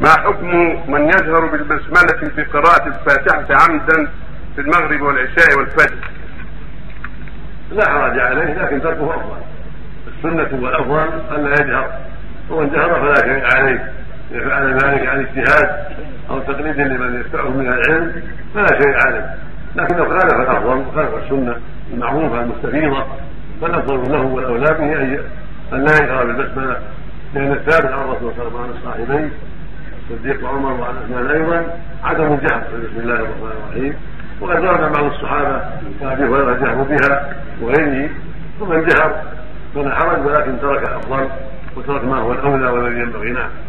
ما حكم من يجهر بالبسملة في قراءة الفاتحة عمدا في المغرب والعشاء والفجر؟ لا حرج عليه، لكن تركه افضل. السنة والافضل الا يجهر، ومن جهر فلا شيء عليه. اذا فعل ذلك عن اجتهاد او تقليد لمن يتبعه من العلم فلا شيء عليه، لكن لو خالف الافضل وخالف السنة المعروفة المستفيضة فالافضل له والاولى به ان لا يجهر بالبسملة، لان الثابت عن الرسول صلى الله عليه وسلم عن الصاحبين الصديق وعمر وعن عثمان ايضا عدم الجهر بسم الله الرحمن الرحيم، وقد ورد بعض الصحابه كابي هريره جهروا بها وغيره، ومن جهر فلا حرج، ولكن ترك الافضل وترك ما هو الاولى والذي ينبغي. نعم.